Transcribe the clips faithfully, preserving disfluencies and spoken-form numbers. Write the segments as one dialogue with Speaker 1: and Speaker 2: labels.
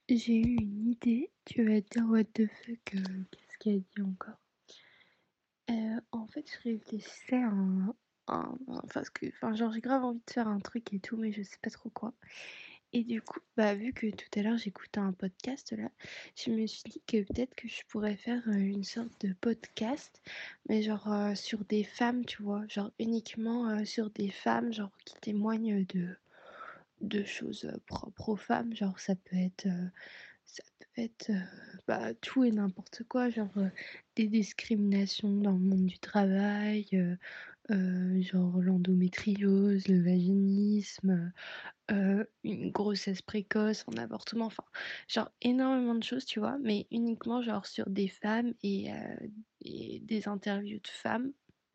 Speaker 1: J'ai eu une idée, tu vas te dire what the fuck, heu, qu'est-ce qu'elle dit encore? Heu, en fait, je réfléchissais à un un un parce que enfin, genre, j'ai grave envie de faire un truc et tout, mais je sais pas trop quoi et du coup, bah, vu que tout à l'heure j'écoutais un podcast là, je me suis dit que peut-être que je pourrais faire, heu, une sorte de podcast, mais genre, heu, sur des femmes, tu vois? Genre uniquement, heu, sur des femmes, genre qui témoignent, de de choses, heu, propres aux femmes. Genre ça peut être, heu ça peut être, heu, bah, tout et n'importe quoi, genre, heu, des discriminations dans le monde du travail, heu heu, genre l'endométriose, le vaginisme, heu une grossesse précoce, un avortement, enfin, genre énormément de choses, tu vois? Mais uniquement genre sur des femmes et heu et des interviews de femmes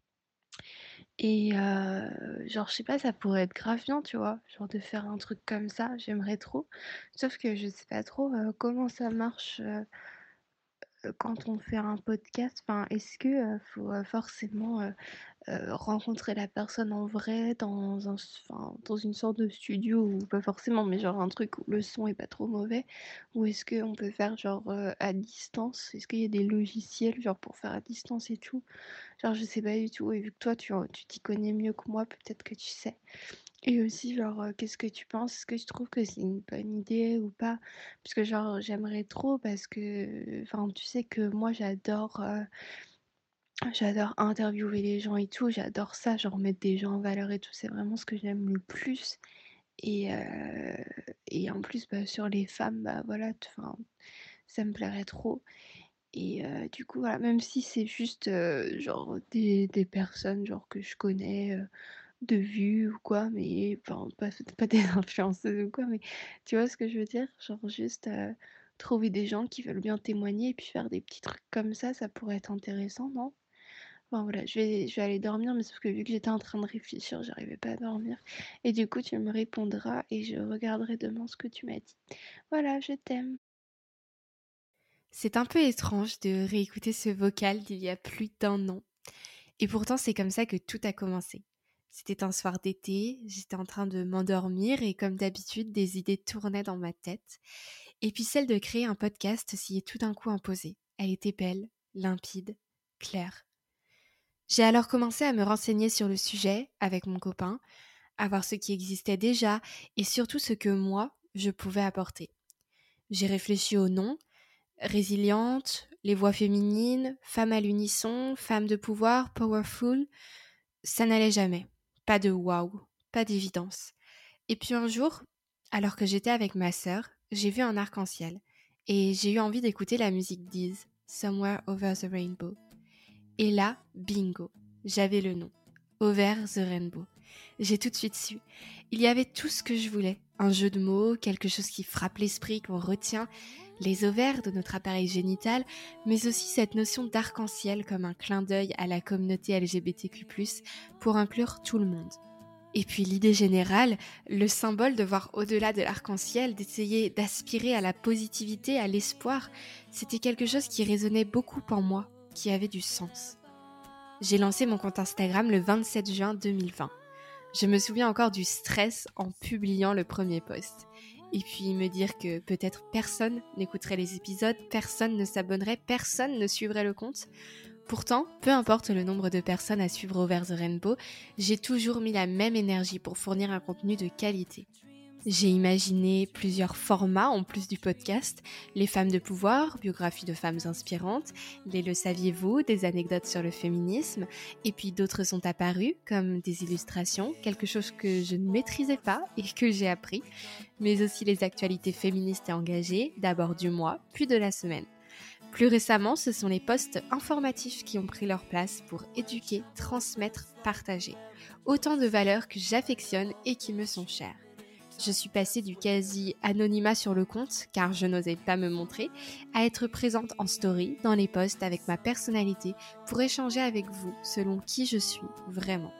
Speaker 1: et heu, genre je sais pas, ça pourrait être grave bien, tu vois? Genre de faire un truc comme ça, j'aimerais trop. Sauf que je sais pas trop, heu, comment ça marche, heu heu, quand on fait un podcast. Enfin, est-ce que, heu, faut, heu, forcément, heu heu, rencontrer la personne en vrai dans un s enfin, dans une sorte de studio ou pas forcément, mais genre un truc où le son est pas trop mauvais? Ou est-ce qu'on peut faire genre, heu, à distance? Est-ce qu'il y a des logiciels genre pour faire à distance et tout? Genre je sais pas du tout et vu que toi tu en tu t'y connais mieux que moi, peut-être que tu sais. Et aussi genre, heu, qu'est-ce que tu penses? Est-ce que tu trouves que c'est une bonne idée ou pas? Parce que genre j'aimerais trop parce que enfin tu sais que moi j'adore, heu, j'adore interviewer les gens et tout, j'adore ça, genre mettre des gens en valeur et tout, c'est vraiment ce que j'aime le plus et heu et en plus, bah, sur les femmes, bah, voilà, t enfin, ça me plairait trop et heu, du coup, voilà, même si c'est juste, heu, genre des des personnes genre que je connais, heu, de vue ou quoi, mais enfin pas pas des influenceuses ou quoi, mais tu vois ce que je veux dire? Genre juste, heu, trouver des gens qui veulent bien témoigner et puis faire des petits trucs comme ça, ça pourrait être intéressant, non? Enfin voilà, je vais je vais aller dormir, mais sauf que vu que j'étais en train de réfléchir, j'arrivais pas à dormir et du coup, tu me répondras et je regarderai demain ce que tu m'as dit. Voilà, je t'aime.
Speaker 2: C'est un peu étrange de réécouter ce vocal d'il y a plus d'un an. Et pourtant, c'est comme ça que tout a commencé. C'était un soir d'été, j'étais en train de m'endormir et comme d'habitude, des idées tournaient dans ma tête. Et puis celle de créer un podcast s'y est tout d'un coup imposée. Elle était belle, limpide, claire. J'ai alors commencé à me renseigner sur le sujet avec mon copain, à voir ce qui existait déjà et surtout ce que moi, je pouvais apporter. J'ai réfléchi au nom, résiliente, les voix féminines, femme à l'unisson, femme de pouvoir, powerful, ça n'allait jamais. Pas de waouh, pas d'évidence. Et puis un jour, alors que j'étais avec ma sœur, j'ai vu un arc-en-ciel et j'ai eu envie d'écouter la musique d'Iz, Somewhere Over the Rainbow. Et là, bingo, j'avais le nom. Over the Rainbow. J'ai tout de suite su. Il y avait tout ce que je voulais. Un jeu de mots, quelque chose qui frappe l'esprit, qu'on retient, les ovaires de notre appareil génital, mais aussi cette notion d'arc-en-ciel comme un clin d'œil à la communauté L G B T Q plus, pour inclure tout le monde. Et puis l'idée générale, le symbole de voir au-delà de l'arc-en-ciel, d'essayer d'aspirer à la positivité, à l'espoir, c'était quelque chose qui résonnait beaucoup en moi, qui avait du sens. J'ai lancé mon compte Instagram le vingt-sept juin deux mille vingt. Je me souviens encore du stress en publiant le premier post. Et puis me dire que peut-être personne n'écouterait les épisodes, personne ne s'abonnerait, personne ne suivrait le compte. Pourtant, peu importe le nombre de personnes à suivre Over the Rainbow, j'ai toujours mis la même énergie pour fournir un contenu de qualité. J'ai imaginé plusieurs formats en plus du podcast, les femmes de pouvoir, biographie de femmes inspirantes, les le saviez-vous, des anecdotes sur le féminisme, et puis d'autres sont apparus comme des illustrations, quelque chose que je ne maîtrisais pas et que j'ai appris, mais aussi les actualités féministes et engagées, d'abord du mois, puis de la semaine. Plus récemment, ce sont les posts informatifs qui ont pris leur place pour éduquer, transmettre, partager. Autant de valeurs que j'affectionne et qui me sont chères. Je suis passée du quasi-anonymat sur le compte, car je n'osais pas me montrer, à être présente en story, dans les posts avec ma personnalité, pour échanger avec vous selon qui je suis vraiment.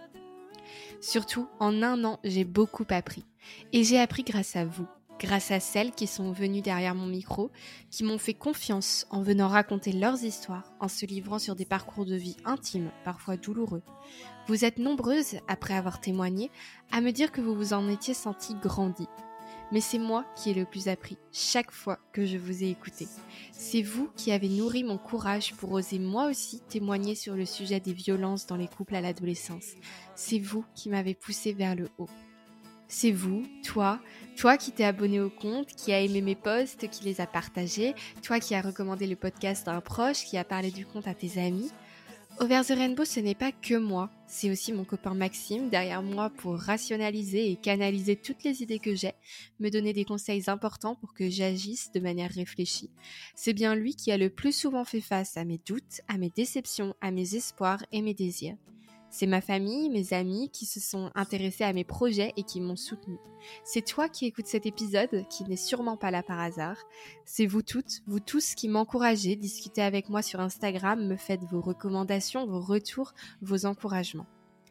Speaker 2: Surtout, en un an, j'ai beaucoup appris. Et j'ai appris grâce à vous, grâce à celles qui sont venues derrière mon micro, qui m'ont fait confiance en venant raconter leurs histoires, en se livrant sur des parcours de vie intimes, parfois douloureux. Vous êtes nombreuses, après avoir témoigné, à me dire que vous vous en étiez senties grandies. Mais c'est moi qui ai le plus appris chaque fois que je vous ai écouté. C'est vous qui avez nourri mon courage pour oser moi aussi témoigner sur le sujet des violences dans les couples à l'adolescence. C'est vous qui m'avez poussé vers le haut. C'est vous, toi, toi qui t'es abonné au compte, qui a aimé mes posts, qui les a partagés, toi qui as recommandé le podcast à un proche, qui a parlé du compte à tes amis. Over the Rainbow, ce n'est pas que moi, c'est aussi mon copain Maxime derrière moi pour rationaliser et canaliser toutes les idées que j'ai, me donner des conseils importants pour que j'agisse de manière réfléchie. C'est bien lui qui a le plus souvent fait face à mes doutes, à mes déceptions, à mes espoirs et mes désirs. C'est ma famille, mes amis qui se sont intéressés à mes projets et qui m'ont soutenue. C'est toi qui écoutes cet épisode, qui n'est sûrement pas là par hasard. C'est vous toutes, vous tous qui m'encouragez, discutez avec moi sur Instagram, me faites vos recommandations, vos retours, vos encouragements.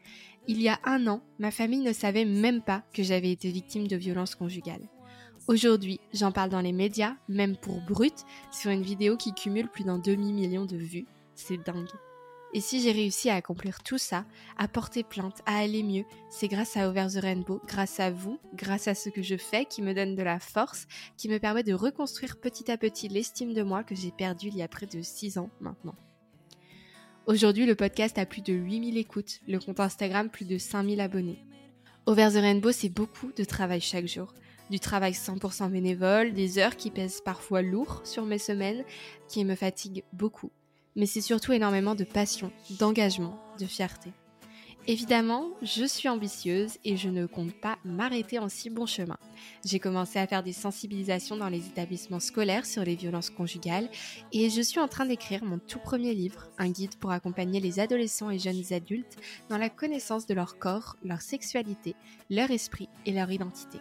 Speaker 2: Il y a un an, ma famille ne savait même pas que j'avais été victime de violences conjugales. Aujourd'hui, j'en parle dans les médias, même pour Brut, sur une vidéo qui cumule plus d'un demi-million de vues. C'est dingue. Et si j'ai réussi à accomplir tout ça, à porter plainte, à aller mieux, c'est grâce à Over the Rainbow, grâce à vous, grâce à ce que je fais qui me donne de la force, qui me permet de reconstruire petit à petit l'estime de moi que j'ai perdue il y a près de six ans maintenant. Aujourd'hui, le podcast a plus de huit mille écoutes, le compte Instagram plus de cinq mille abonnés. Over the Rainbow, c'est beaucoup de travail chaque jour. Du travail cent pour cent bénévole, des heures qui pèsent parfois lourd sur mes semaines, qui me fatiguent beaucoup. Mais c'est surtout énormément de passion, d'engagement, de fierté. Évidemment, je suis ambitieuse et je ne compte pas m'arrêter en si bon chemin. J'ai commencé à faire des sensibilisations dans les établissements scolaires sur les violences conjugales et je suis en train d'écrire mon tout premier livre, un guide pour accompagner les adolescents et jeunes adultes dans la connaissance de leur corps, leur sexualité, leur esprit et leur identité.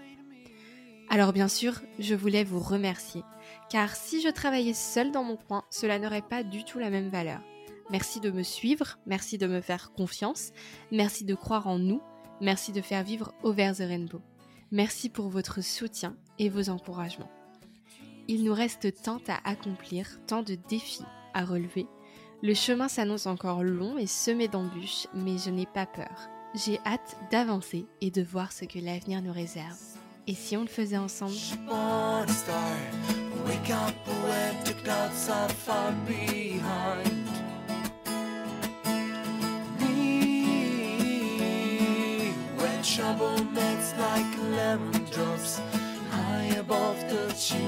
Speaker 2: Alors bien sûr, je voulais vous remercier, car si je travaillais seule dans mon coin, cela n'aurait pas du tout la même valeur. Merci de me suivre, merci de me faire confiance, merci de croire en nous, merci de faire vivre Over the Rainbow. Merci pour votre soutien et vos encouragements. Il nous reste tant à accomplir, tant de défis à relever. Le chemin s'annonce encore long et semé d'embûches, mais je n'ai pas peur. J'ai hâte d'avancer et de voir ce que l'avenir nous réserve. Et si on le faisait ensemble?
Speaker 3: Trouble melts like lemon drops high above the cheese.